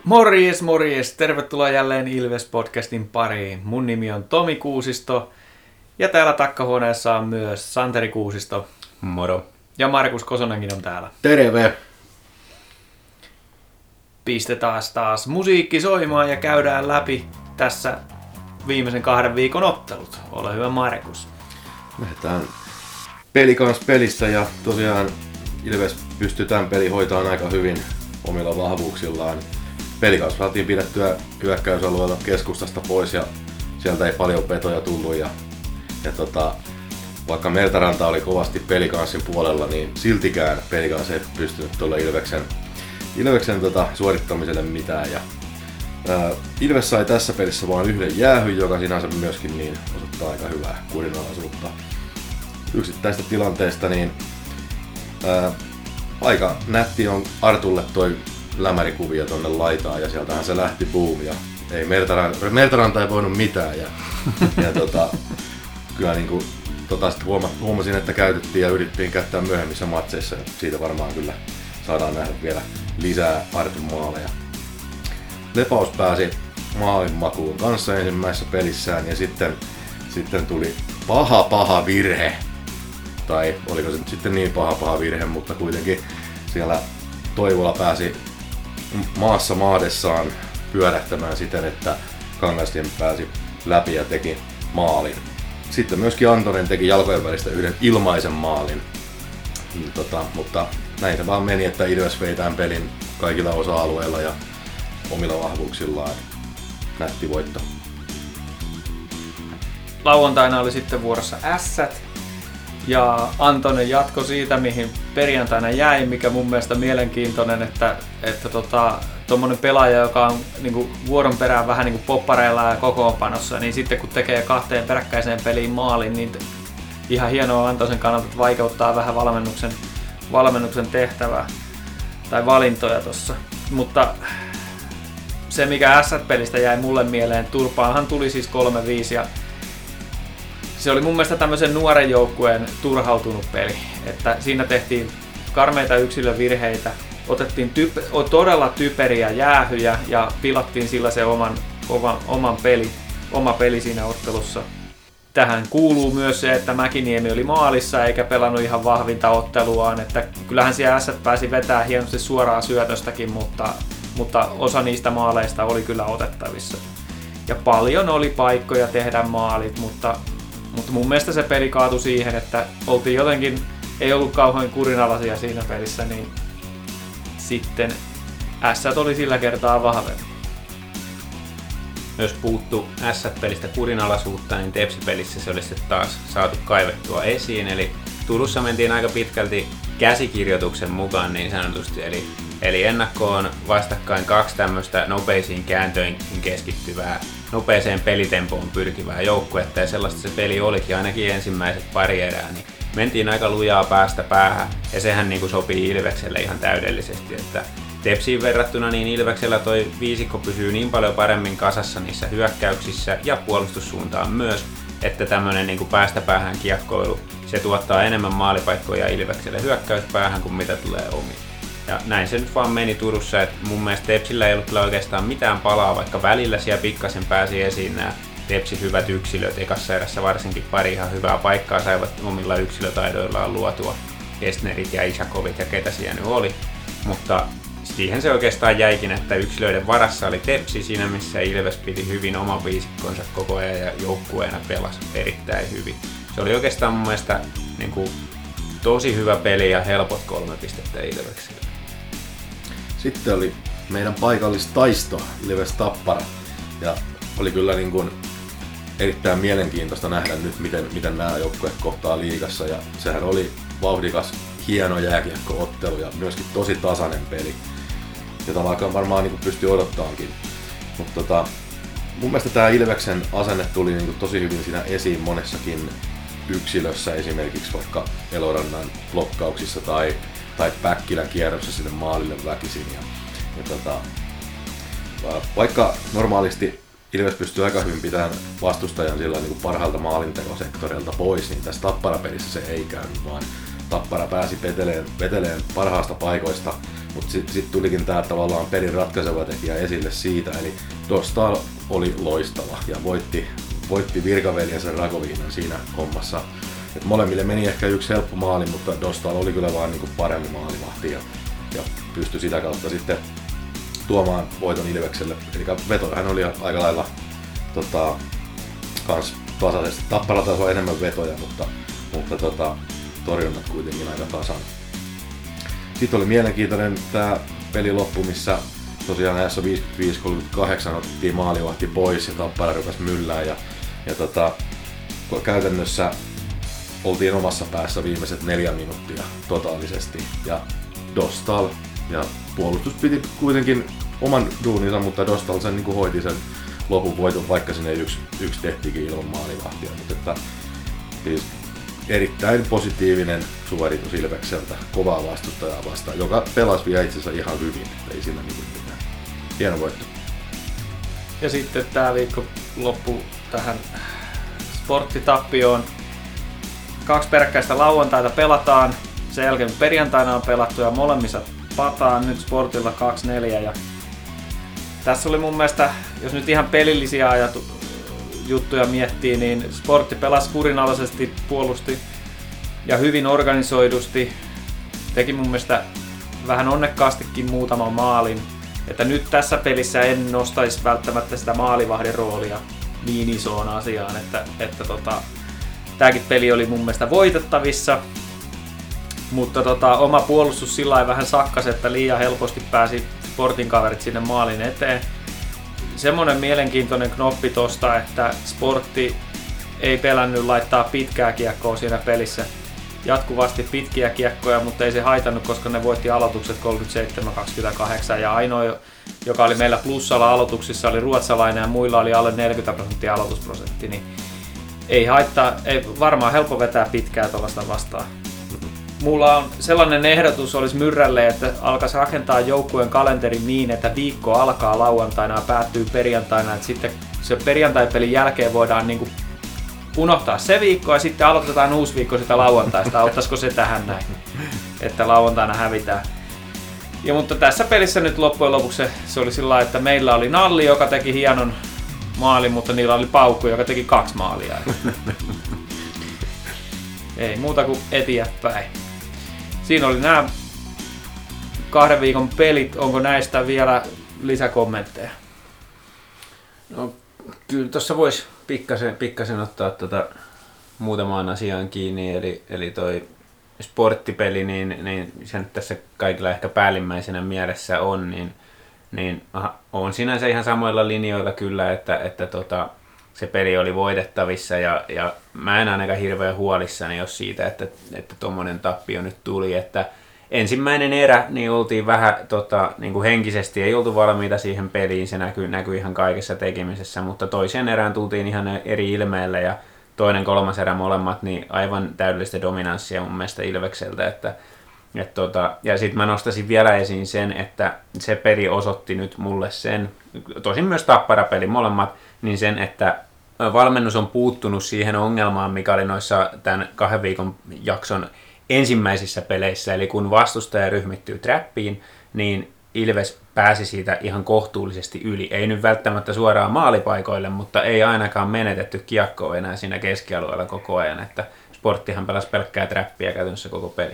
Morjes, morjes! Tervetuloa jälleen Ilves-podcastin pariin. Mun nimi on Tomi Kuusisto ja täällä takkahuoneessa on myös Santeri Kuusisto. Moro. Ja Markus Kosonenkin on täällä. Terve! Pistetään taas musiikki soimaan ja käydään läpi tässä viimeisen 2 viikon ottelut. Ole hyvä, Markus. Lähdetään peli kanssa pelistä ja tosiaan Ilves pystyy tämän pelin hoitamaan aika hyvin omilla vahvuuksillaan. Peli kanssa saatiin pidettyä hyökkäysalueella keskustasta pois ja sieltä ei paljon petoja tullut. Vaikka Mertaranta oli kovasti pelikanssin puolella, niin siltikään pelikans ei pystynyt tuolla Ilveksen suorittamiselle mitään. Ilves sai tässä pelissä vain yhden jäähyn, joka sinänsä myöskin niin osoittaa aika hyvää kurinalaisuutta. Yksittäistä tilanteesta niin aika nätti on Artulle toi lämärikuvia tonne laitaan ja sieltähän se lähti boom ja ei Mertaranta ei voinut mitään kyllä niinku sitten huomasin, että käytettiin ja yritettiin käyttää myöhemmissä matseissa ja siitä varmaan kyllä saadaan nähdä vielä lisää Artun maaleja. Lepaus pääsi maalinmakuun kanssa ensimmäisessä pelissään ja sitten tuli paha virhe. Tai oliko se nyt sitten niin paha virhe, mutta kuitenkin siellä Toivola pääsi maassa maadessaan pyörähtämään siten, että Kangasniemi pääsi läpi ja teki maalin. Sitten myöskin Antonen teki jalkojen välistä yhden ilmaisen maalin. Mutta näin se vaan meni, että Ilves vei tämän pelin kaikilla osa-alueilla ja omilla vahvuuksillaan. Nätti voitto. Lauantaina oli sitten vuorossa Ässät. Ja Antonen jatko siitä, mihin perjantaina jäi, mikä mun mielestä mielenkiintoinen, että tommonen pelaaja, joka on niinku vuoron perään vähän niinku poppareilla ja kokoonpanossa, niin sitten kun tekee 2 peräkkäiseen peliin maalin, niin ihan hienoa Antosen kannalta, että vaikeuttaa vähän valmennuksen tehtävää tai valintoja tossa. Mutta se, mikä S-pelistä jäi mulle mieleen, Turpaanhan tuli siis 3-5 ja se oli mun mielestä tämmöisen nuoren joukkueen turhautunut peli, että siinä tehtiin karmeita yksilövirheitä, otettiin todella typeriä jäähyjä ja pilattiin sillä se oma peli siinä ottelussa. Tähän kuuluu myös se, että Mäkiniemi oli maalissa eikä pelannut ihan vahvinta otteluaan, että kyllähän siellä S pääsi vetää hienosti suoraan syötöstäkin, mutta osa niistä maaleista oli kyllä otettavissa. Ja paljon oli paikkoja tehdä maalit, mutta mun mielestä se peli kaatui siihen, että oltiin jotenkin, ei ollut kauhean kurinalaisia siinä pelissä, niin sitten Ässät oli sillä kertaa vahvempi. Jos puuttuu Ässät-pelistä kurinalaisuutta, niin Tepsi-pelissä se olisi taas saatu kaivettua esiin. Eli Turussa mentiin aika pitkälti käsikirjoituksen mukaan niin sanotusti. Eli ennakkoon vastakkain 2 tämmöistä nopeisiin kääntöihin keskittyvää, nopeeseen pelitempoon pyrkivää joukkuetta. Ja sellaista se peli olikin, ainakin ensimmäiset pari erää. Niin mentiin aika lujaa päästä päähän ja sehän niin kuin sopii Ilvekselle ihan täydellisesti. Että Tepsiin verrattuna niin Ilveksellä toi viisikko pysyy niin paljon paremmin kasassa niissä hyökkäyksissä ja puolustussuuntaan myös, että tämmönen niin kuin päästä päähän kiekkoilu, se tuottaa enemmän maalipaikkoja Ilvekselle hyökkäyspäähän kuin mitä tulee omiin. Ja näin se nyt vaan meni Turussa, että mun mielestä Tepsillä ei ollut kyllä oikeastaan mitään palaa, vaikka välillä siellä pikkasen pääsi esiin nämä Tepsin hyvät yksilöt. Ekassa erässä varsinkin pari ihan hyvää paikkaa saivat omilla yksilötaidoillaan luotua Kestnerit ja Isakovit ja ketä siellä nyt oli. Mutta siihen se oikeastaan jäikin, että yksilöiden varassa oli Tepsi siinä, missä Ilves piti hyvin oman viisikkonsa koko ajan ja joukkueena pelasi erittäin hyvin. Se oli oikeastaan mun mielestä niin kuin, tosi hyvä peli ja helpot 3 pistettä Ilvekselle. Sitten oli meidän paikallistaisto Ilves Tappara ja oli kyllä niin kuin erittäin mielenkiintoista nähdä nyt, miten nämä joukkueet kohtaa liigassa ja sehän oli vauhdikas, hieno jääkiekkoottelu ja myöskin tosi tasainen peli, jota varmaan niin pystyy odottaankin. Mutta mun mielestä tämä Ilveksen asenne tuli niin tosi hyvin siinä esiin monessakin yksilössä, esimerkiksi vaikka Elorannan blokkauksissa tai Päkkilän kierrossa sinne maalille väkisin. Vaikka normaalisti Ilves pystyy aika hyvin pitämään vastustajan sillä niin parhaalta maalintekosektorilta pois, niin tässä Tappara-pelissä se ei käynyt, vaan Tappara pääsi veteleen parhaasta paikoista, mutta sitten tulikin tää tavallaan pelin ratkaiseva tekijä esille siitä, eli Dostal oli loistava ja voitti virkaveljensä Rakoviinan siinä hommassa. Et molemmille meni ehkä yksi helppo maali, mutta Dostal oli kyllä vaan niinku parempi maalivahti ja pystyi sitä kautta sitten tuomaan voiton Ilvekselle. Eli vetojahan oli aika lailla kans tasaisesti. Tappara taas on enemmän vetoja, mutta torjunnat kuitenkin aika tasan. Sitten oli mielenkiintoinen tää peli loppu, missä tosiaan näissä 55-38 otettiin maalivahti pois ja Tappara rupesi myllään ja käytännössä oltiin omassa päässä viimeiset 4 minuuttia totaalisesti ja Dostal ja puolustus piti kuitenkin oman duuninsa, mutta Dostal sen niin hoiti sen lopun voiton, vaikka sinne yksi tehtiinkin ilman maalivahtia, mutta että, siis erittäin positiivinen suoritus Ilvekseltä kovaa vastustajaa vastaan, joka pelasi vielä itsensä ihan hyvin, ei sillä mitään. Hieno voitto. Ja sitten tää viikko loppu tähän Sporttitappioon. 2 peräkkäistä lauantaita pelataan, sen jälkeen perjantaina on pelattu ja molemmissa pataan nyt Sportilla 2-4. Ja tässä oli mun mielestä, jos nyt ihan pelillisiä juttuja miettii, niin Sportti pelasi kurinalaisesti, puolusti ja hyvin organisoidusti. Teki mun mielestä vähän onnekkaastikin muutaman maalin. Että nyt tässä pelissä en nostaisi välttämättä sitä maalivahdin roolia niin isoon asiaan, että tääkin peli oli mun mielestä voitettavissa. Mutta oma puolustus sillä lailla vähän sakkasi, että liian helposti pääsi Sportin kaverit sinne maalin eteen. Semmoinen mielenkiintoinen knoppi tosta, että Sportti ei pelännyt laittaa pitkää kiekkoa siinä pelissä. Jatkuvasti pitkiä kiekkoja, mutta ei se haitannut, koska ne voitti aloitukset 37-28 ja ainoa, joka oli meillä plussalla aloituksissa, oli ruotsalainen ja muilla oli alle 40% aloitusprosentti, niin ei haittaa, ei varmaan helppo vetää pitkää tuollaista vastaan. Mulla on sellainen ehdotus olisi Myrrälle, että alkaisi rakentaa joukkueen kalenterin niin, että viikko alkaa lauantaina ja päättyy perjantaina, että sitten se perjantai-pelin jälkeen voidaan niinku unohtaa se viikko ja sitten aloitetaan uusi viikko sitä lauantaista. Auttaisiko se tähän näin, että lauantaina hävitään. Ja mutta tässä pelissä nyt loppujen lopuksi se oli sillä lailla, että meillä oli Nalli, joka teki hienon maalin, mutta niillä oli Paukku, joka teki 2 maalia. Ei muuta kuin eteenpäin. Siinä oli nämä 2 viikon pelit. Onko näistä vielä lisäkommentteja? No, kyllä tuossa voisi pikkasen ottaa muutamaan asiaan kiinni, eli toi sporttipeli, niin se nyt tässä kaikilla ehkä päällimmäisenä mielessä on, niin on sinänsä ihan samoilla linjoilla kyllä, että se peli oli voitettavissa ja mä en ainakaan hirveän huolissani jos siitä, että tommonen tappio nyt tuli, että ensimmäinen erä niin oltiin vähän niin kuin henkisesti ei oltu valmiita siihen peliin, se näkyy ihan kaikessa tekemisessä, mutta toiseen erään tultiin ihan eri ilmeelle ja toinen 3. erä molemmat niin aivan täydellistä dominanssia mun mielestä Ilvekseltä, ja sitten mä nostaisin vielä esiin sen, että se peli osoitti nyt mulle sen, tosin myös Tappara-peli molemmat, niin sen, että valmennus on puuttunut siihen ongelmaan, mikä oli noissa tämän 2 viikon jakson ensimmäisissä peleissä, eli kun vastustaja ryhmittyy trappiin, niin Ilves pääsi siitä ihan kohtuullisesti yli. Ei nyt välttämättä suoraan maalipaikoille, mutta ei ainakaan menetetty kiekkoa enää siinä keskialueella koko ajan, että Sporttihan pelasi pelkkää trappia käytännössä koko peli.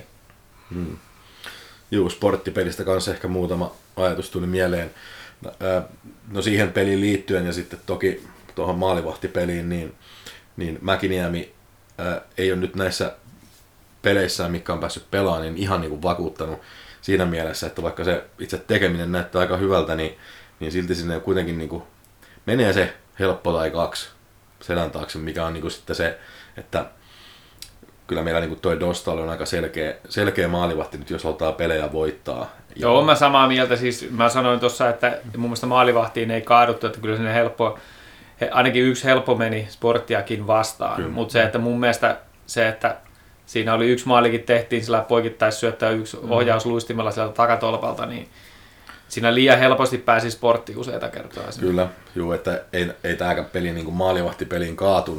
Juu, sporttipelistä kanssa ehkä muutama ajatus tuli mieleen. No siihen peliin liittyen ja sitten toki tuohon maalivahtipeliin, niin Mäkiniemi ei ole nyt näissä peleissä, mitkä on päässyt pelaamaan, niin ihan niin kuin vakuuttanut siinä mielessä, että vaikka se itse tekeminen näyttää aika hyvältä, niin silti sinne kuitenkin niin kuin menee se helppo tai 2 selän taakse, mikä on niin kuin sitten se, että kyllä meillä niin toi Dostal on aika selkeä maalivahti nyt, jos halutaan pelejä voittaa. Joo, mä samaa mieltä. Siis mä sanoin tuossa, että mun mielestä maalivahtiin ei kaaduttu, että kyllä sinne ainakin yksi helppo meni Sporttiakin vastaan. Mutta se, että mun mielestä se, että siinä oli 1 maalikin tehtiin sillä poikittaissyöttö ja 1 ohjaus luistimella sieltä takatolpalta, niin siinä liian helposti pääsi Sportti useita kertoja. Kyllä, juu, että ei tämäkään peli niin kuin maalivahtipeliin kaatunut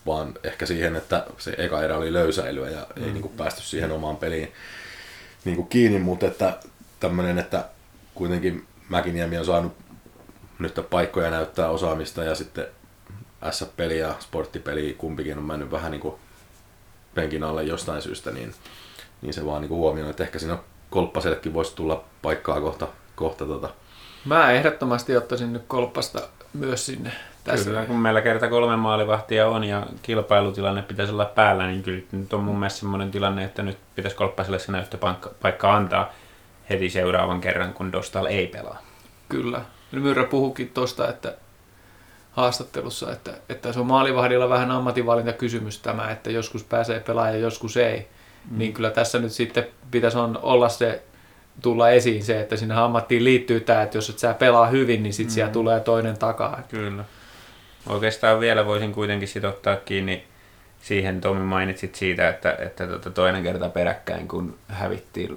vaan ehkä siihen, että se eka erä oli löysäilyä ja ei niin kuin päästy siihen omaan peliin niin kuin kiinni, mutta että tämmöinen, että kuitenkin Mäkiniemi on saanut nyt paikkoja näyttää osaamista ja sitten S-peli ja sporttipeli kumpikin on mennyt vähän niin kuin penkin alle jostain syystä, niin se vaan niin kuin huomioon, että ehkä siinä Kolppasellekin voisi tulla paikkaa kohta. Mä ehdottomasti ottaisin nyt Kolppasta myös sinne. Tässä. Kyllä, kun meillä kerta 3 maalivahtia on ja kilpailutilanne pitäisi olla päällä, niin kyllä nyt on mun mielestä semmoinen tilanne, että nyt pitäisi Kolppaselle siinä yhtä paikkaa antaa heti seuraavan kerran, kun Dostal ei pelaa. Kyllä. Myrrä puhukin tuosta, että haastattelussa, että se on maalivahdilla vähän ammatinvalintakysymys tämä, että joskus pääsee pelaamaan ja joskus ei. Niin kyllä tässä nyt sitten pitäisi olla se, tulla esiin se, että sinne ammattiin liittyy tämä, että jos et sä pelaa hyvin, niin sitten siellä tulee toinen takaa. Kyllä. Oikeastaan vielä voisin kuitenkin sit ottaa kiinni siihen, Tomi mainitsit siitä, että toinen kerta peräkkäin, kun hävittiin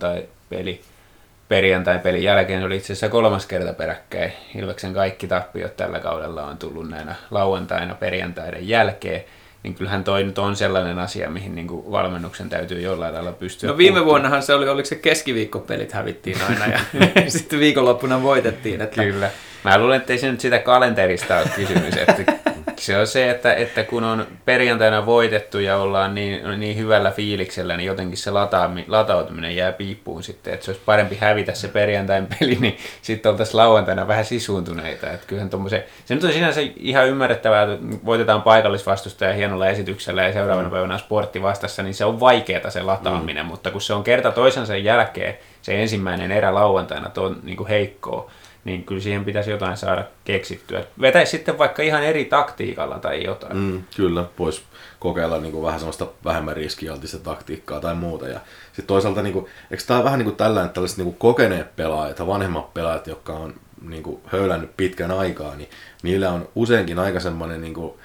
perjantai-pelin jälkeen, se oli itse asiassa 3. kerta peräkkäin. Ilveksen kaikki tappiot tällä kaudella on tullut näinä lauantaina perjantaiden jälkeen. Niin kyllähän toi nyt on sellainen asia, mihin niin kuin valmennuksen täytyy jollain lailla pystyä. No viime vuonnahan se oli, oliko se keskiviikkopelit hävittiin aina ja sitten viikonloppuna voitettiin. Että... Kyllä. Mä luulen, että ei se nyt sitä kalenterista ole kysymys. Että se on se, että kun on perjantaina voitettu ja ollaan niin hyvällä fiiliksellä, niin jotenkin se latautuminen jää piippuun sitten. Että se olisi parempi hävitä se perjantain peli, niin sitten oltaisiin lauantaina vähän sisuuntuneita. Että kyllähän se nyt on sinänsä ihan ymmärrettävää, että voitetaan paikallisvastustaja hienolla esityksellä ja seuraavana päivänä on Sportti vastassa, niin se on vaikeaa se lataaminen, mutta kun se on kerta toisensa jälkeen, se ensimmäinen erä lauantaina on niin kuin heikkoa, niin kyllä siihen pitäisi jotain saada keksittyä. Vetäisi sitten vaikka ihan eri taktiikalla tai jotain. Kyllä, voisi kokeilla niin kuin vähän semmoista vähemmän riskialtista taktiikkaa tai muuta. Ja sitten toisaalta, niin kuin, eikö tämä vähän niin kuin tällainen, että tällaiset niin kuin kokeneet pelaajat ja vanhemmat pelaajat, jotka on niin kuin höylännyt pitkän aikaa, niin niillä on useinkin aika semmoinen niin kuin,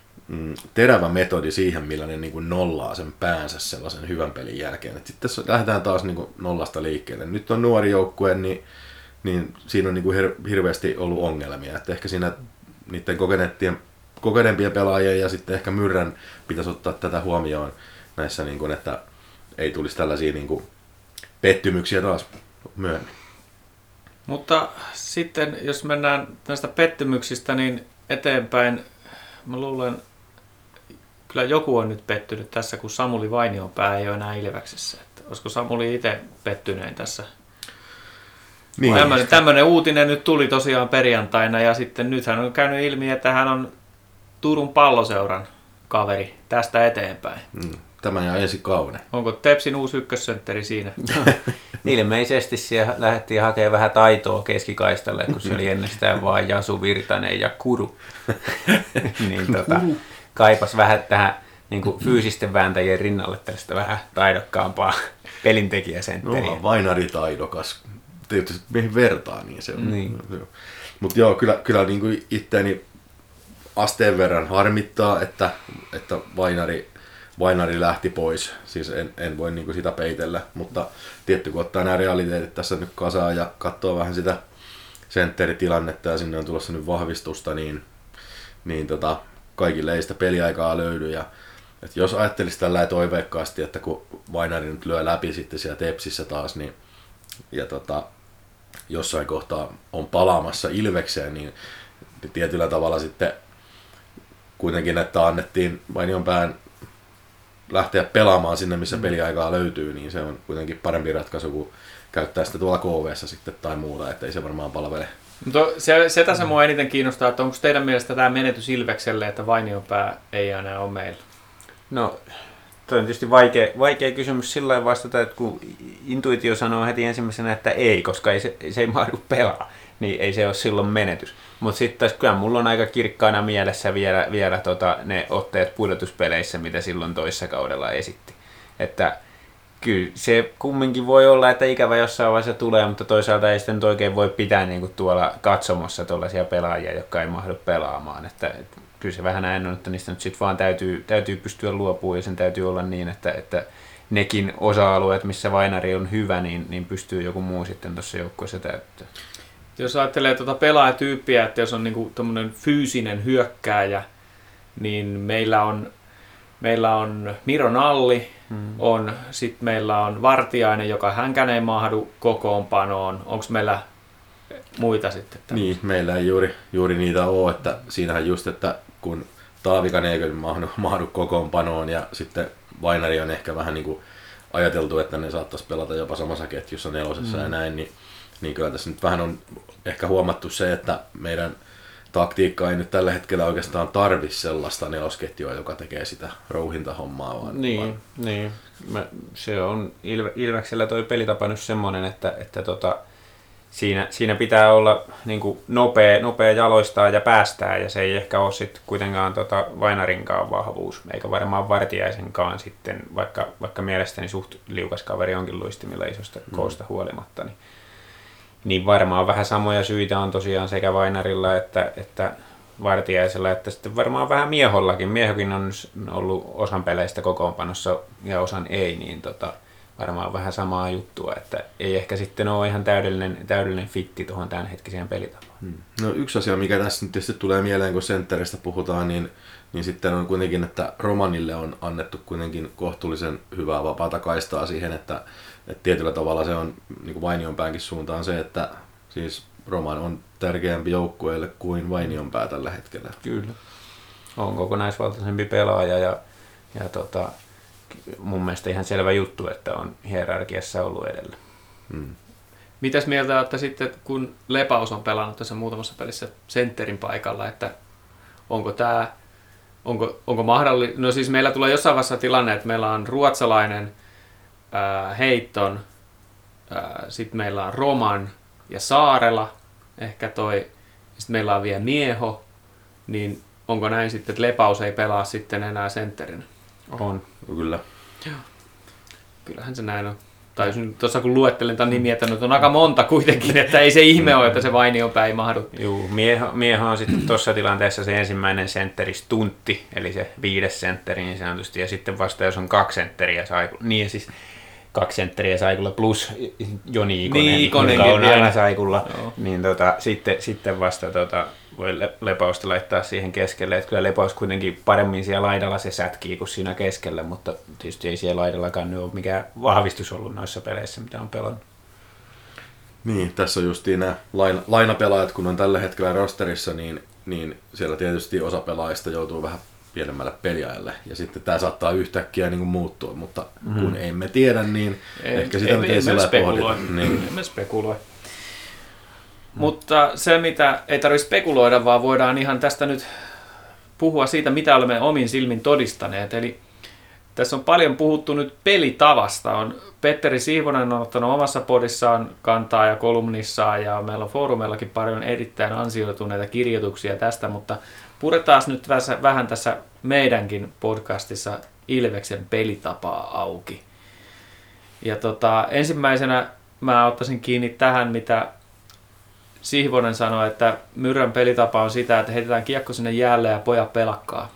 terävä metodi siihen, millä ne niin kuin nollaa sen päänsä sellaisen hyvän pelin jälkeen. Et sitten lähdetään taas niin kuin nollasta liikkeelle. Nyt on nuori joukkue, niin siinä on niin kuin hirveästi ollut ongelmia. Että ehkä siinä niiden kokeneempien pelaajien ja sitten ehkä Myrrän pitäisi ottaa tätä huomioon näissä, niin kuin, että ei tulisi tällaisia niin kuin pettymyksiä taas myöhemmin. Mutta sitten, jos mennään näistä pettymyksistä niin eteenpäin, mä luulen, kyllä joku on nyt pettynyt tässä, kun Samuli Vainionpää ei ole enää Ilveksessä. Että olisiko Samuli itse pettynein tässä? Niin. Tämmöinen uutinen nyt tuli tosiaan perjantaina ja sitten nythän on käynyt ilmi, että hän on Turun Palloseuran kaveri tästä eteenpäin. Tämä ja ensi kauden. Onko Tepsin uusi ykkössentteri siinä? Ilmeisesti siellä lähdettiin hakemaan vähän taitoa keskikaistalle, kun se oli ennestään vaan Jasu Virtanen ja Kuru. Niin kaipas vähän tähän niin kuin fyysisten vääntäjien rinnalle tästä vähän taidokkaampaa pelintekijäsentteriä. No, Vainari taidokas. Tietysti mihin vertaa, niin se on. Niin. Mutta joo, kyllä niin kuin itseäni asteen verran harmittaa, että Vainari lähti pois. Siis en voi niin kuin sitä peitellä, mutta tietty kun ottaa nämä realiteetit tässä nyt kasaan ja katsoo vähän sitä sentteritilannetta ja sinne on tulossa nyt vahvistusta, niin kaikille ei sitä peliaikaa löydy. Ja, että jos ajattelisi tällä toiveikkaasti, että kun Vainari nyt lyö läpi sitten siellä Tepsissä taas, niin ja jossain kohtaa on palaamassa Ilvekseen, niin tietyllä tavalla sitten kuitenkin, että annettiin Vainionpään lähteä pelaamaan sinne, missä peliaikaa löytyy, niin se on kuitenkin parempi ratkaisu kuin käyttää sitä tuolla KV:ssä sitten tai muuta, ettei se varmaan palvele. Mutta se tässä mua eniten kiinnostaa, että onko teidän mielestä tämä menetys Ilvekselle, että Vainionpää ei enää ole meillä? No, toi on tietysti vaikea kysymys sillä lailla vastata, että kun intuitio sanoo heti ensimmäisenä, että ei, koska se ei mahdu pelaa, niin ei se ole silloin menetys. Mutta sitten kyllä mulla on aika kirkkaana mielessä vielä ne otteet pudotuspeleissä, mitä silloin toissa kaudella esitti. Että kyllä se kumminkin voi olla, että ikävä jossain vaiheessa tulee, mutta toisaalta ei sitten oikein voi pitää niinku tuolla katsomossa tuollaisia pelaajia, jotka ei mahdu pelaamaan. Että kyllä se vähän näin on, että niistä nyt sitten vaan täytyy pystyä luopumaan ja sen täytyy olla niin, että nekin osa-alueet, missä Vainari on hyvä, niin pystyy joku muu sitten tuossa joukkueessa täyttää. Jos ajattelee pelaajatyyppiä, että jos on niinku tommonen fyysinen hyökkääjä niin meillä on Miro Nalli, sitten meillä on Vartiainen, joka hänkään ei mahdu kokoonpanoon. Onko meillä muita sitten? Niin, meillä ei juuri niitä ole, että siinähän just, että kun Taavikainen ei mahdu kokoonpanoon ja sitten Vainari on ehkä vähän niin kuin ajateltu, että ne saattaisi pelata jopa samassa ketjussa nelosessa ja näin, niin kyllä tässä nyt vähän on ehkä huomattu se, että meidän taktiikka ei nyt tällä hetkellä oikeastaan tarvi sellaista nelosketjua, joka tekee sitä rouhintahommaa. Niin. Se on Ilveksellä toi pelitapa nyt semmoinen, että siinä pitää olla niin kuin nopea jaloistaa ja päästää, ja se ei ehkä ole sitten kuitenkaan Vainarinkaan vahvuus, eikä varmaan Vartiaisenkaan sitten, vaikka mielestäni suht liukas kaveri onkin luistimilla isosta koosta huolimatta, niin varmaan vähän samoja syitä on tosiaan sekä Vainarilla että Vartiaisella, että sitten varmaan vähän Miehollakin. Miehokin on ollut osan peleistä kokoonpanossa ja osan ei, niin varmaan vähän samaa juttua, että ei ehkä sitten ole ihan täydellinen fitti tuohon tämänhetkiseen pelitapaan. No yksi asia, mikä tässä nyt tietysti tulee mieleen, kun sentteristä puhutaan, niin sitten on kuitenkin, että Romanille on annettu kuitenkin kohtuullisen hyvää vapaata kaistaa siihen, että tietyllä tavalla se on niin kuin Vainionpäänkin suuntaan se, että siis Roman on tärkeämpi joukkueelle kuin Vainionpää tällä hetkellä. Kyllä. On kokonaisvaltaisempi pelaaja ja mun mielestä ihan selvä juttu, että on hierarkiassa ollut edellä. Mitäs mieltä olette sitten, kun Lepaus on pelannut tässä muutamassa pelissä sentterin paikalla, että onko mahdollista, no siis meillä tulee jossain vaiheessa tilanne, että meillä on ruotsalainen Heitton, sitten meillä on Roman ja Saarela, ehkä sitten meillä on vielä Mieho, niin onko näin sitten, että Lepaus ei pelaa sitten enää sentterinä? On. Kyllä. Joo. Kyllähän se näin on. Tai tuossa kun luettelin tämän nimiä, että nyt on aika monta kuitenkin, että ei se ihme ole, että se Vainionpää ei mahdu. Juu, Mieho on sitten tuossa tilanteessa se ensimmäinen sentteristuntti, eli se 5. sentteri niin sanotusti, ja sitten vasta jos on 2 sentteriä Saikulla, niin ja siis 2 sentteriä Saikulla plus Joni Ikonen, joka on aina Saikulla, niin sitten vasta voi Lepausta laittaa siihen keskelle, että kyllä Lepaus kuitenkin paremmin siellä laidalla se sätkii kuin siinä keskellä, mutta tietysti ei siellä laidallakaan nyt ole mikään vahvistus ollut noissa peleissä, mitä on pelannut. Niin, tässä on justiin nämä lainapelaajat, kun on tällä hetkellä rosterissa, niin siellä tietysti osa pelaajista joutuu vähän pienemmälle peliajalle, ja sitten tämä saattaa yhtäkkiä niin kuin muuttua, mutta kun emme tiedä, niin ehkä sitä nyt ei sillä pohdita. Emme spekuloi. Mutta se, mitä ei tarvitse spekuloida, vaan voidaan ihan tästä nyt puhua siitä, mitä olemme omin silmin todistaneet. Eli tässä on paljon puhuttu nyt pelitavasta. Petteri Sihvonen on ottanut omassa podissaan kantaa ja kolumnissaan, ja meillä on foorumeillakin paljon erittäin ansioituneita kirjoituksia tästä, mutta puretaan nyt vähän tässä meidänkin podcastissa Ilveksen pelitapaa auki. Ja ensimmäisenä mä ottaisin kiinni tähän, mitä Sihvonen sanoi, että Myrrän pelitapa on sitä, että heitetään kiekko sinne jäälle ja pojat pelakkaa.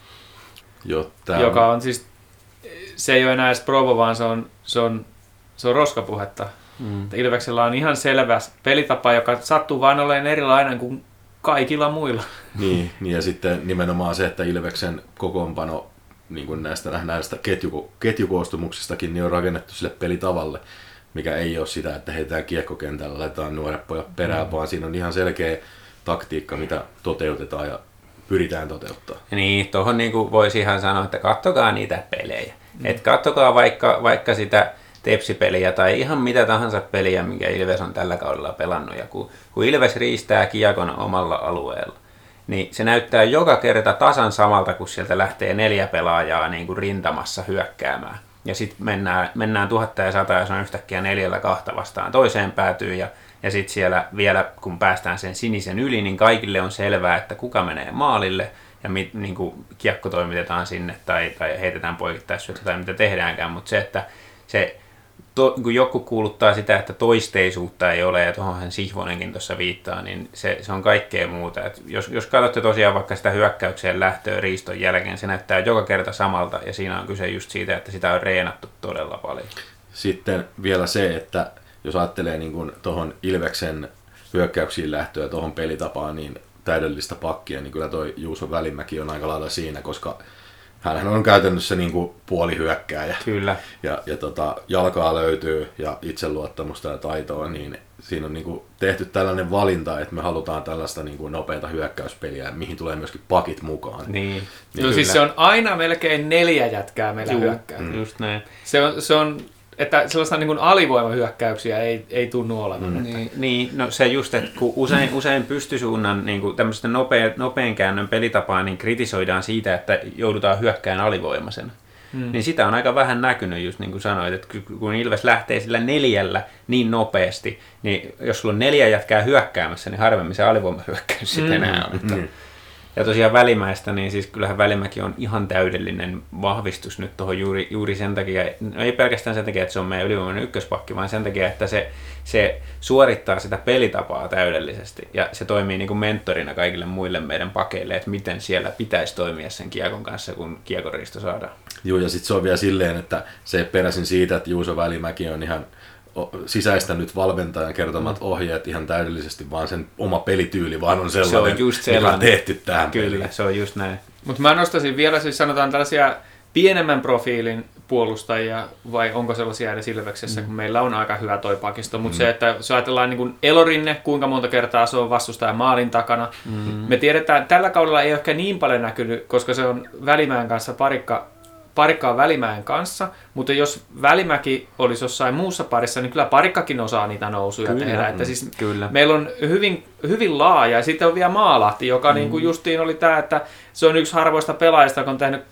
Joka on siis, se ei ole enää edes provo, vaan se on roskapuhetta. Ilveksellä on ihan selvä pelitapa, joka sattuu vain olemaan erilainen kuin kaikilla muilla. Niin ja sitten nimenomaan se, että Ilveksen kokoonpano niin kuin näistä ketjukoostumuksistakin niin on rakennettu sille pelitavalle, mikä ei ole sitä, että heitetään kiekkokentällä, laitetaan nuoret pojat perään, vaan siinä on ihan selkeä taktiikka, mitä toteutetaan ja pyritään toteuttaa. Niin, tuohon niin voisi ihan sanoa, että katsokaa niitä pelejä. Et katsokaa vaikka sitä tepsipeliä tai ihan mitä tahansa peliä, minkä Ilves on tällä kaudella pelannut. Ja kun Ilves riistää kiekon omalla alueella, niin se näyttää joka kerta tasan samalta, kun sieltä lähtee 4 pelaajaa niin kuin rintamassa hyökkäämään. Ja sitten mennään 1100 ja se on yhtäkkiä 4-2 vastaan toiseen päätyy. Ja sitten siellä vielä, kun päästään sen sinisen yli, niin kaikille on selvää, että kuka menee maalille ja niin kuin kiekko toimitetaan sinne tai heitetään poikittaisyötä tai mitä tehdäänkään. Mutta se, että kun joku kuuluttaa sitä, että toisteisuutta ei ole, ja tuohonhan Sihvonenkin tuossa viittaa, niin se on kaikkea muuta. Et jos katsotte tosiaan vaikka sitä hyökkäykseen lähtöä riiston jälkeen, se näyttää joka kerta samalta, ja siinä on kyse just siitä, että sitä on reenattu todella paljon. Sitten vielä se, että jos ajattelee niin tuohon Ilveksen hyökkäyksiin lähtöä tuohon pelitapaan, niin täydellistä pakkia, niin kyllä toi Juuso Välimäki on aika lailla siinä, koska hänhän on käytännössä niin kuin puolihyökkääjä. Kyllä. Ja jalkaa löytyy ja itseluottamusta ja taitoa, niin siinä on niin kuin tehty tällainen valinta, että me halutaan tällaista niin kuin nopeata hyökkäyspeliä, mihin tulee myöskin pakit mukaan. Niin. No siis se on aina melkein 4 jätkää meillä hyökkää. Just näin. Se on että sellaista niin kuin alivoimahyökkäyksiä ei tunnu olevan. Niin, no se just, että kun usein pystysuunnan niin kuin tämmöisten nopean käännön pelitapaa, niin kritisoidaan siitä, että joudutaan hyökkään alivoimaisena. Niin sitä on aika vähän näkynyt, just niin kuin sanoit, että kun Ilves lähtee sillä 4 niin nopeasti, niin jos sulla on 4 jätkää hyökkäämässä, niin harvemmin se alivoimahyökkäys sitten enää on. Ja tosiaan Välimäestä, niin siis kyllähän Välimäki on ihan täydellinen vahvistus nyt tuohon juuri sen takia, no ei pelkästään sen takia, että se on meidän ylivoimainen ykköspakki, vaan sen takia, että se suorittaa sitä pelitapaa täydellisesti ja se toimii niin kuin mentorina kaikille muille meidän pakeille, että miten siellä pitäisi toimia sen kiekon kanssa, kun kiekonriisto saadaan. Joo, ja sitten se on vielä silleen, että se peräisin siitä, että Juuso Välimäki on ihan sisäistänyt valmentajan kertomat ohjeet ihan täydellisesti, vaan sen oma pelityyli vaan on sellainen, mikä on tehty tähän Kyllä, peliin. se on just näin. Mutta mä nostaisin vielä, siis sanotaan tällaisia pienemmän profiilin puolustajia, vai onko sellaisia edes Ilveksessä, kun meillä on aika hyvä toi pakisto, mutta se, että jos ajatellaan niin kuin Elorinne, kuinka monta kertaa se on vastustajan maalin takana, me tiedetään, tällä kaudella ei ole ehkä niin paljon näkynyt, koska se on Välimäen kanssa parikkaa Välimäen kanssa, mutta jos Välimäki olisi jossain muussa parissa, niin kyllä parikkakin osaa niitä nousuja tehdä. Että siis meillä on hyvin laaja, ja sitten on vielä Maalahti, joka niin kuin justiin oli tämä, että se on yksi harvoista pelaajista, joka on tehnyt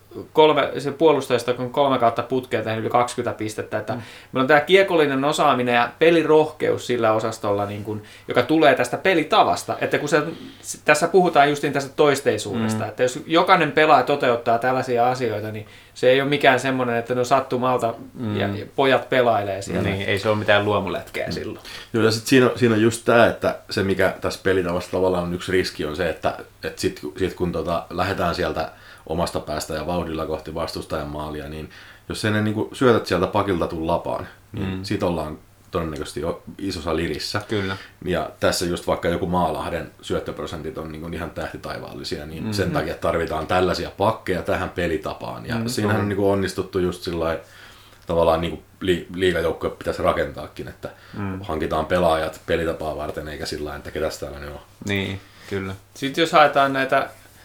se puolustajista on 3 kautta putkea tehnyt yli 20 pistettä. Että meillä on tämä kiekollinen osaaminen ja pelirohkeus sillä osastolla, niin kuin, joka tulee tästä pelitavasta. Että kun tässä puhutaan justiin tästä toisteisuudesta, että jos jokainen pelaaja toteuttaa tällaisia asioita, niin se ei ole mikään semmoinen, että ne on sattumalta ja pojat pelailee siellä. Niin, ei se ole mitään luomulätkää silloin. Joo, ja sitten siinä on just tämä, että se mikä tässä pelitavassa tavallaan on yksi riski on se, että sit kun lähdetään sieltä omasta päästä ja vauhdilla kohti vastustajan maalia, niin jos sen niin syötät sieltä pakilta tuu lapaan, niin sit ollaan todennäköisesti jo isossa lirissä. Kyllä. Ja tässä just vaikka joku Maalahden syöttöprosentit on niin ihan tähtitaivaallisia, niin sen takia tarvitaan tällaisia pakkeja tähän pelitapaan. Ja siinähän on niin onnistuttu just sillä tavallaan niin liigajoukkoja pitäisi rakentaakin, että hankitaan pelaajat pelitapaa varten, eikä sillä lailla, että ketäs täällä ne on. Niin, kyllä. Sitten jos haetaan näitä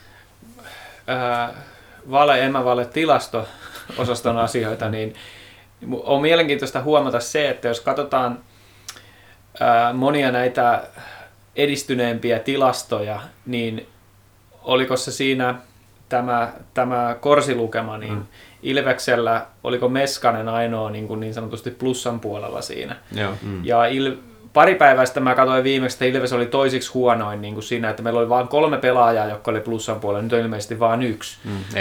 vale-emävale tilasto-osaston asioita, niin on mielenkiintoista huomata se, että jos katsotaan monia näitä edistyneempiä tilastoja, niin oliko se siinä tämä korsilukema, niin Ilveksellä oliko Meskanen ainoa niin sanotusti plussan puolella siinä. Joo. Ja pari päivää sitten mä katsoin viimeksi, että Ilves oli toisiksi huonoin niin kuin siinä, että meillä oli vain 3 pelaajaa, jotka oli plussan puolella, nyt on ilmeisesti vain 1.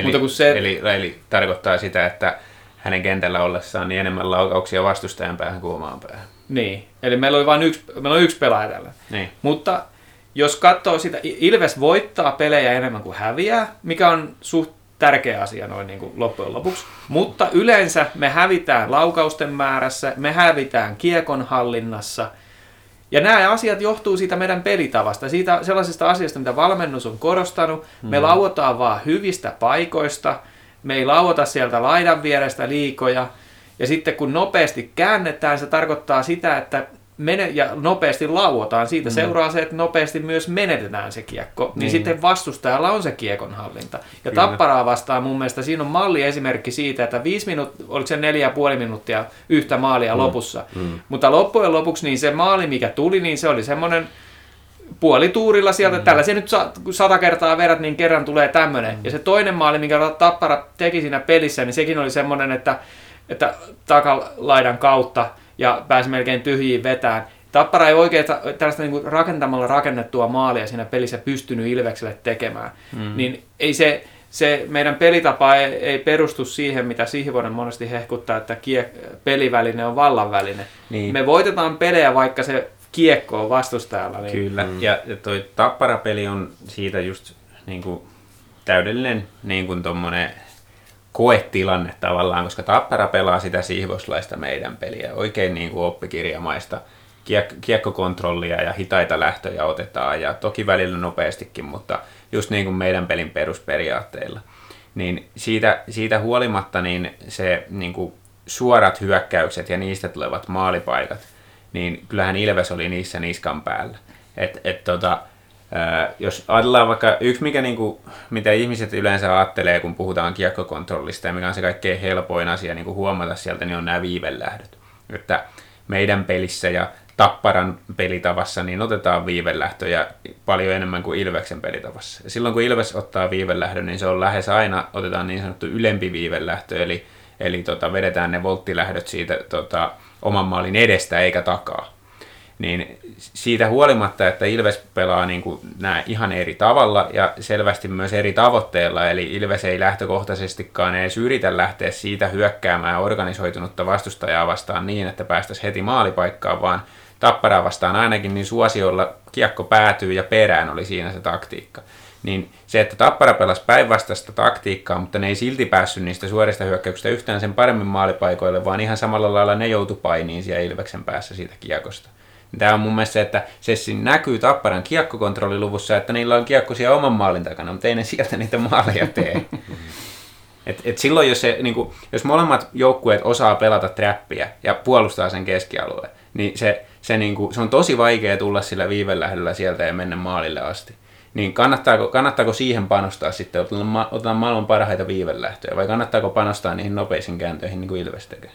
Eli tarkoittaa sitä, että hänen kentällä ollessaan niin enemmän laukauksia vastustajan päähän kuin omaan päähän. Niin, eli meillä oli vain yksi pelaaja tällä. Niin. Mutta jos katsoo sitä, Ilves voittaa pelejä enemmän kuin häviää, mikä on suht tärkeä asia noin niin kuin loppujen lopuksi. Mutta yleensä me hävitään laukausten määrässä, me hävitään kiekon hallinnassa. Ja nämä asiat johtuu siitä meidän pelitavasta, siitä sellaisesta asiasta, mitä valmennus on korostanut. Me lauotaan vaan hyvistä paikoista, me ei lauota sieltä laidan vierestä liikoja. Ja sitten kun nopeasti käännetään, se tarkoittaa sitä, että ja nopeasti lauotaan. Siitä seuraa se, että nopeasti myös menetetään se kiekko. Niin sitten vastustajalla on se kiekon hallinta. Ja kyllä. Tapparaa vastaan mun mielestä siinä on malliesimerkki siitä, että 5 minuuttia, oliko se 4,5 minuuttia yhtä maalia lopussa. Mutta loppujen lopuksi niin se maali, mikä tuli, niin se oli semmoinen puolituurilla sieltä. Tällaisia nyt 100 kertaa verrat, niin kerran tulee tämmöinen. Ja se toinen maali, minkä Tappara teki siinä pelissä, niin sekin oli semmoinen, että takalaidan kautta ja pääsi melkein tyhjiin vetään. Tappara ei oikein tällaista niin kuin rakentamalla rakennettua maalia siinä pelissä pystynyt Ilvekselle tekemään. Niin ei se meidän pelitapa ei perustu siihen, mitä Sihvonen monesti hehkuttaa, että peliväline on vallanväline. Niin. Me voitetaan pelejä, vaikka se kiekko on vastustajalla. Niin. Kyllä, ja toi Tappara-peli on siitä just niin kuin täydellinen niin kuin tommonen koetilanne tavallaan, koska Tappara pelaa sitä sihvoslaista meidän peliä, oikein niin kuin oppikirjamaista. kiekkokontrollia ja hitaita lähtöjä otetaan ja toki välillä nopeastikin, mutta just niin kuin meidän pelin perusperiaatteilla. Niin siitä huolimatta niin se niin kuin suorat hyökkäykset ja niistä tulevat maalipaikat, niin kyllähän Ilves oli niissä niskan päällä. Jos ajatellaan vaikka yksi, mitä ihmiset yleensä ajattelee, kun puhutaan kiekkokontrollista ja mikä on se kaikkein helpoin asia niin kuin huomata sieltä, niin on nämä viivelähdöt. Että meidän pelissä ja Tapparan pelitavassa niin otetaan viivelähtöjä paljon enemmän kuin Ilveksen pelitavassa. Ja silloin kun Ilves ottaa viivelähdön, niin se on lähes aina, otetaan niin sanottu ylempi viivelähtö, eli vedetään ne volttilähdöt siitä oman maalin edestä eikä takaa. Niin siitä huolimatta, että Ilves pelaa niin kuin nämä ihan eri tavalla ja selvästi myös eri tavoitteilla, eli Ilves ei lähtökohtaisestikaan edes yritä lähteä siitä hyökkäämään organisoitunutta vastustajaa vastaan niin, että päästäisiin heti maalipaikkaan, vaan Tapparaa vastaan ainakin niin suosiolla kiekko päätyy ja perään oli siinä se taktiikka. Niin se, että Tappara pelasi päinvastaista taktiikkaa, mutta ne ei silti päässyt niistä suorista hyökkäyksistä yhtään sen paremmin maalipaikoille, vaan ihan samalla lailla ne joutui painiin siellä Ilveksen päässä siitä kiekosta. Tämä on mun mielestä se, että se näkyy Tapparan kiekkokontrolliluvussa, että niillä on kiekko siellä oman maalin takana, mutta ei ne sieltä niitä maaleja tee. Et silloin, jos molemmat joukkueet osaa pelata trappia ja puolustaa sen keskialueen, niin se on tosi vaikea tulla sillä viivelähdöllä sieltä ja mennä maalille asti. Niin kannattaako siihen panostaa sitten, otetaan maailman parhaita viivelähtöjä, vai kannattaako panostaa niihin nopeisiin kääntöihin, niin kuin Ilves tekee?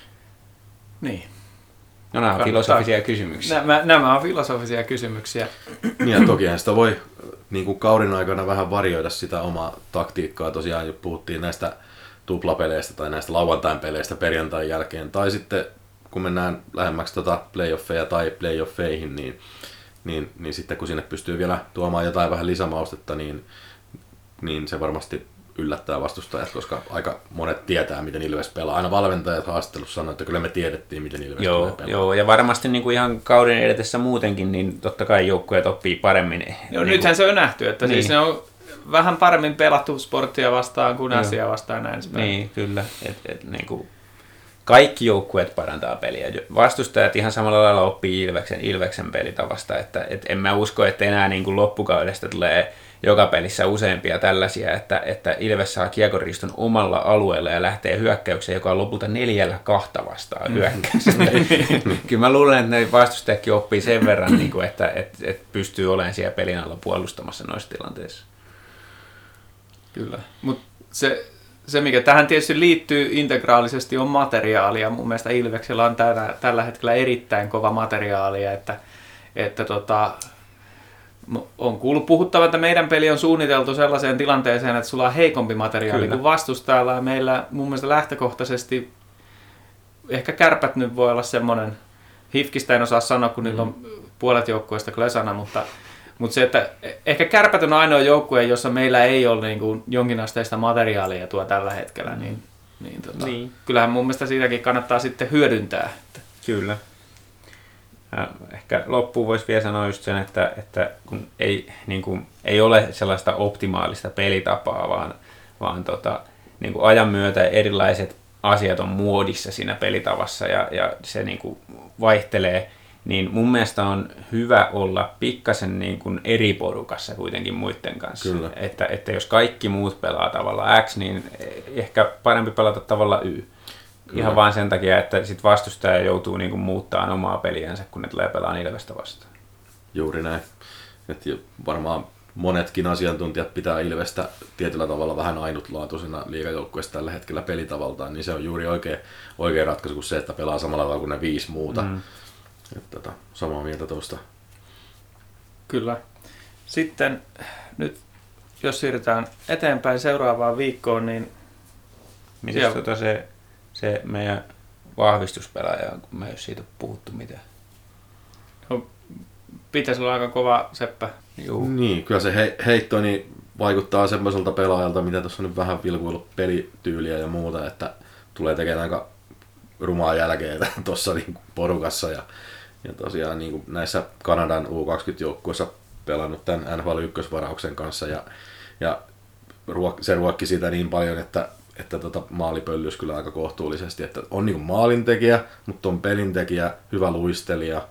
Niin. No nämä on filosofisia kysymyksiä. Nämä on filosofisia kysymyksiä. Ja tokihan sitä voi niin kuin kauden aikana vähän varjoida sitä omaa taktiikkaa. Tosiaan jo puhuttiin näistä tuplapeleistä tai näistä lauantain peleistä perjantain jälkeen. Tai sitten kun mennään lähemmäksi playoffeja tai playoffeihin, niin sitten kun sinne pystyy vielä tuomaan jotain vähän lisämaustetta, niin se varmasti yllättää vastustajat, koska aika monet tietää, miten Ilves pelaa. Aina valmentajat haastattelussa sanoo, että kyllä me tiedettiin, miten Ilves tulee pelaa. Joo, ja varmasti niin kuin ihan kauden edetessä muutenkin, niin totta kai joukkueet oppii paremmin. Joo, nythän se on nähty, että niin. Siis ne on vähän paremmin pelattu Sporttia vastaan kuin Asiaa vastaan näin. Niin, kyllä. Niin kuin kaikki joukkueet parantaa peliä. Vastustajat ihan samalla lailla oppii Ilveksen pelitavasta, että en mä usko, että enää niin kuin loppukaudesta tulee joka pelissä useampia tällaisia, että Ilves saa kiekonriiston omalla alueella ja lähtee hyökkäykseen, joka on lopulta 4-2 vastaan hyökkäykseen. Kyllä mä luulen, että ne vastustajatkin oppii sen verran, että pystyy olemaan siellä pelin alla puolustamassa noissa tilanteissa. Kyllä, mutta se, mikä tähän tietysti liittyy integraalisesti, on materiaalia. Mun mielestä Ilveksellä on tällä hetkellä erittäin kova materiaalia, että on kuullut puhuttava, että meidän peli on suunniteltu sellaiseen tilanteeseen, että sulla on heikompi materiaali kuin vastustajalla. Ja meillä mun mielestä lähtökohtaisesti, ehkä Kärpät nyt voi olla semmoinen, HIFKistä en osaa sanoa, kun niillä on puolet joukkueista klesana, mutta se, että ehkä Kärpät on ainoa joukkue, jossa meillä ei ole niin kuin jonkinasteista materiaalia tuo tällä hetkellä, niin. Kyllähän mun mielestä siitäkin kannattaa sitten hyödyntää. Kyllä. Ehkä loppuun voisi vielä sanoa just sen, että kun ei ole sellaista optimaalista pelitapaa, vaan niin kuin ajan myötä erilaiset asiat on muodissa siinä pelitavassa ja se niin kuin vaihtelee, niin mun mielestä on hyvä olla pikkasen niin kuin eri porukassa kuitenkin muiden kanssa. Että jos kaikki muut pelaa tavalla X, niin ehkä parempi pelata tavalla Y. Ihan vain sen takia, että sit vastustaja joutuu niinku muuttamaan omaa peliänsä, kun ne tulee pelaamaan Ilvestä vastaan. Juuri näin. Et varmaan monetkin asiantuntijat pitää Ilvestä tietyllä tavalla vähän ainutlaatuisena liigajoukkueessa tällä hetkellä pelitavaltaan, niin se on juuri oikea ratkaisu kuin se, että pelaa samalla tavalla kuin ne 5 muuta. Samaa mieltä tuosta. Kyllä. Sitten nyt, jos siirrytään eteenpäin seuraavaan viikkoon, niin mites se meidän vahvistuspelaaja, kun me ei ole siitä puhuttu mitään. No, pitäisi olla aika kova seppä. Juu. Niin, kyllä se heitto niin vaikuttaa semmoiselta pelaajalta, mitä tuossa on nyt vähän vilkuillut pelityyliä ja muuta, että tulee tekemään aika rumaa jälkeä tuossa niin porukassa. Ja tosiaan niin näissä Kanadan U20-joukkueissa pelannut tämän NHL 1-varauksen kanssa ja se ruokki sitä niin paljon, että maali pöllys kyllä aika kohtuullisesti, että on niin maalintekijä, mutta on pelintekijä, hyvä luistelija,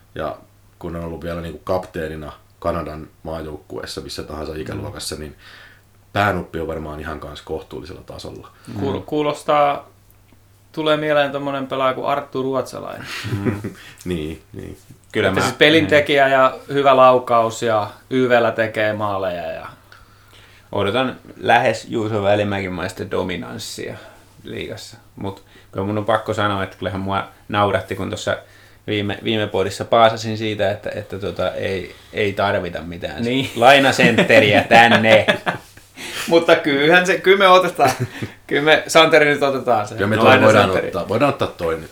Ja kun on ollut vielä niin kuin kapteenina Kanadan maajoukkueessa missä tahansa ikäluokassa, niin päänuppi on varmaan ihan kanssa kohtuullisella tasolla. Kuulostaa, tulee mieleen tommonen pelaaja kuin Arttu Ruotsalainen. niin. Kyllä siis pelintekijä ja hyvä laukaus ja YV:llä tekee maaleja. Ja... Odotan lähes Juuso Välimäkimaista dominanssia liigassa, mutta kyllä mun on pakko sanoa, että kyllähän mua nauratti, kun tuossa viime podissa paasasin siitä, että ei tarvita mitään niin. lainasentteriä tänne. Mutta kyllä me otetaan. Kyllä me Santeri nyt otetaan se. Kyllä me voidaan ottaa toi nyt.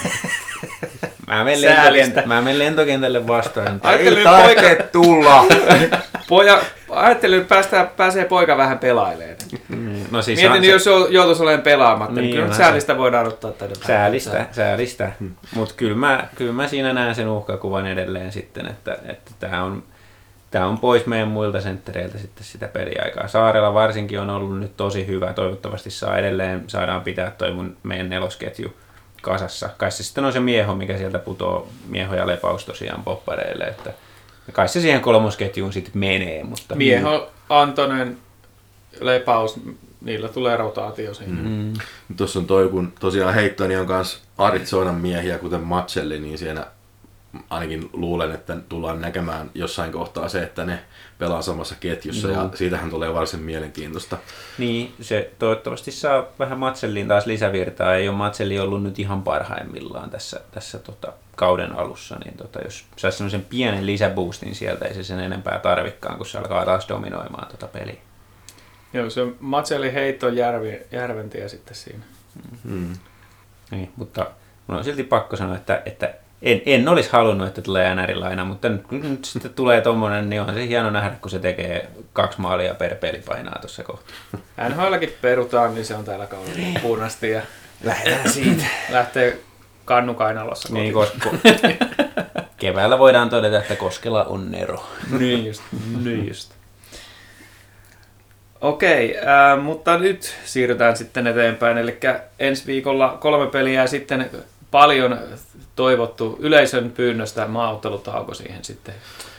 Mä menen lentokentälle vastaan. Ei tarvitse tulla. Ajattelin, että pääsee poika vähän pelailemaan. No siis mietin, jos joutuisi olemaan pelaamatta, niin kyllä säälistä voidaan ottaa tänne. Säälistä. Mutta kyllä mä siinä näen sen uhkakuvan edelleen sitten, että tää on pois meidän muilta senttereiltä sitten sitä peliaikaa. Saarella varsinkin on ollut nyt tosi hyvä. Toivottavasti saadaan pitää meidän nelosketju kasassa. Kai se sitten on se Mieho, mikä sieltä putoo, Mieho ja Lepaus tosiaan poppareille, että kai se siihen kolmosketjuun sitten menee. Mutta... Mieho, Antonen, Lepaus, niillä tulee rotaatio siinä. Tuossa on toi, kun tosiaan Heittoni on kanssa Arizonan miehiä, kuten Matselli, niin siinä ainakin luulen, että tullaan näkemään jossain kohtaa se, että ne pelaa samassa ketjussa ja siitähän tulee varsin mielenkiintoista. Niin, se toivottavasti saa vähän Matselliin taas lisävirtaa. Ei ole Matselli ollut nyt ihan parhaimmillaan tässä kauden alussa, niin jos saisi semmoisen pienen lisäboostin sieltä, ei se sen enempää tarvikaan, kun se alkaa taas dominoimaan peliä. Joo, se Matselli Heitto Järventie sitten siinä. Niin, mutta mun on silti pakko sanoa, että en olisi halunnut, että tulee NR-laina, mutta nyt sitten tulee tommonen, niin on se hieno nähdä, kun se tekee 2 maalia per peli painaa tuossa kohtaa. NHL:kin perutaan, niin se on täällä kaudella loppuun asti ja lähdetään siitä. Lähtee kannu kainalossa kotiin. Niin, koska keväällä voidaan todeta, että Koskela on Nero. Niin just. Okei, mutta nyt siirrytään sitten eteenpäin. Eli ensi viikolla 3 peliä ja sitten paljon toivottu yleisön pyynnöstä maaottelutauko siihen sitten.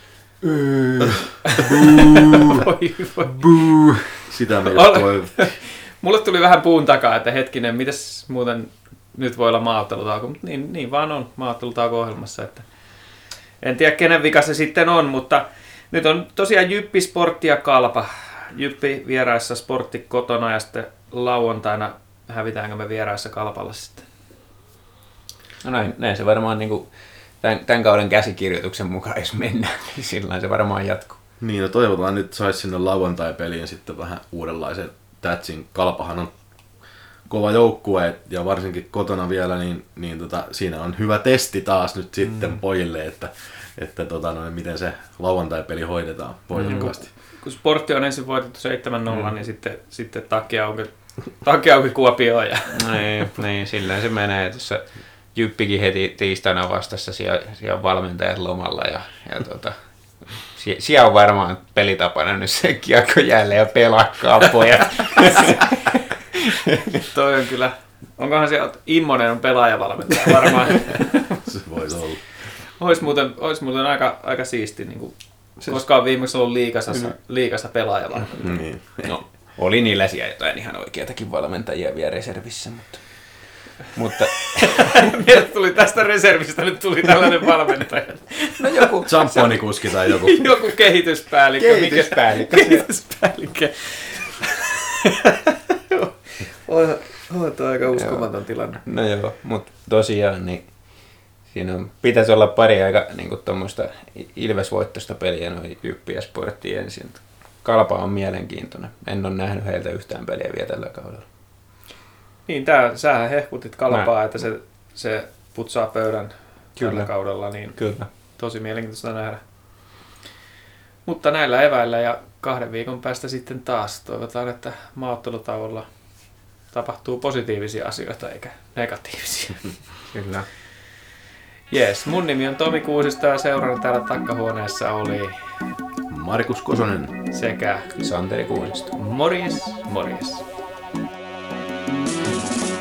Buu. Sitä me toivottiin. Mulle tuli vähän puun takaa, että hetkinen, mitäs muuten nyt voi olla maaottelutauko, mutta niin vaan on maaottelutauko-ohjelmassa. Että en tiedä kenen vika se sitten on, mutta nyt on tosiaan Jyppi, Sportti ja Kalpa. Jyppi vieraissa, Sportti kotona ja sitten lauantaina hävitäänkö me vieraissa Kalpalla sitten. No näin se varmaan niin kuin tämän kauden käsikirjoituksen mukaan, jos mennään, niin sillä se varmaan jatkuu. Niin, no toivotaan nyt saisi sinne lauantai-peliin sitten vähän uudenlaisen tätsin. Kalpahan on kova joukkue ja varsinkin kotona vielä, niin siinä on hyvä testi taas nyt sitten pojille, että miten se lauantai-peli hoidetaan voitokkaasti. Kun Sportti on ensin voitettu 7-0, niin sitten takki auki Kuopioon. Ja... Niin, silleen se menee. Tuossa Jyppikin heti tiistaina vastassa, siellä on valmentajat lomalla ja siellä on varmaan pelitapana nyt se kiekko jälleen ja pelakkaa pojat. Toi on kyllä, onkohan siellä Immonen on pelaajavalmentaja varmaan. Se voisi olla. Olisi muuten aika siisti, niin kuin, koska on viimeksi ollut liigassa pelaajavalmentaja. Niin. No, oli niillä siellä jotain ihan oikeatakin valmentajia vielä reservissä, mutta Mielestäni tuli tästä reservistä, nyt tuli tällainen valmentaja. No joku Samponikuski tai joku. Joku kehityspäällikkö. Kehityspäällikkö. On tuo aika uskomaton tilanne. No joo, mutta tosiaan niin siinä pitäisi olla pari aika niin tuommoista Ilves-voittoista peliä noin Jyppi ja Sportti ensin. Kalpa on mielenkiintoinen. En ole nähnyt heiltä yhtään peliä vielä tällä kaudella. Niin, sähän hehkutit Kalpaa, että se putsaa pöydän tällä kaudella, niin kyllä. Tosi mielenkiintoista nähdä. Mutta näillä eväillä ja 2 viikon päästä sitten taas toivotaan, että maaottelutauolla tapahtuu positiivisia asioita eikä negatiivisia. Kyllä. Jees, mun nimi on Tomi Kuusisto ja seurana täällä takkahuoneessa oli Markus Kosonen sekä Santeri Kuusisto. Morjes.